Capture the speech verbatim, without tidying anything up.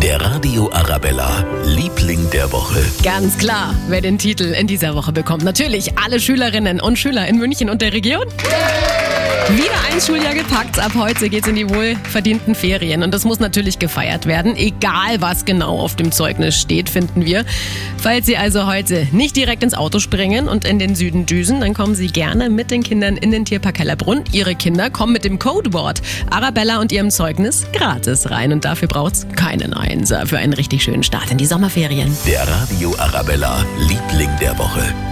Der Radio Arabella, Liebling der Woche. Ganz klar, wer den Titel in dieser Woche bekommt. Natürlich alle Schülerinnen und Schüler in München und der Region. Wieder ein Schuljahr gepackt. Ab heute geht's in die wohlverdienten Ferien. Und das muss natürlich gefeiert werden. Egal, was genau auf dem Zeugnis steht, finden wir. Falls Sie also heute nicht direkt ins Auto springen und in den Süden düsen, dann kommen Sie gerne mit den Kindern in den Tierpark Hellerbrunn. Ihre Kinder kommen mit dem Codewort Arabella und ihrem Zeugnis gratis rein. Und dafür braucht's keinen Einser für einen richtig schönen Start in die Sommerferien. Der Radio Arabella, Liebling der Woche.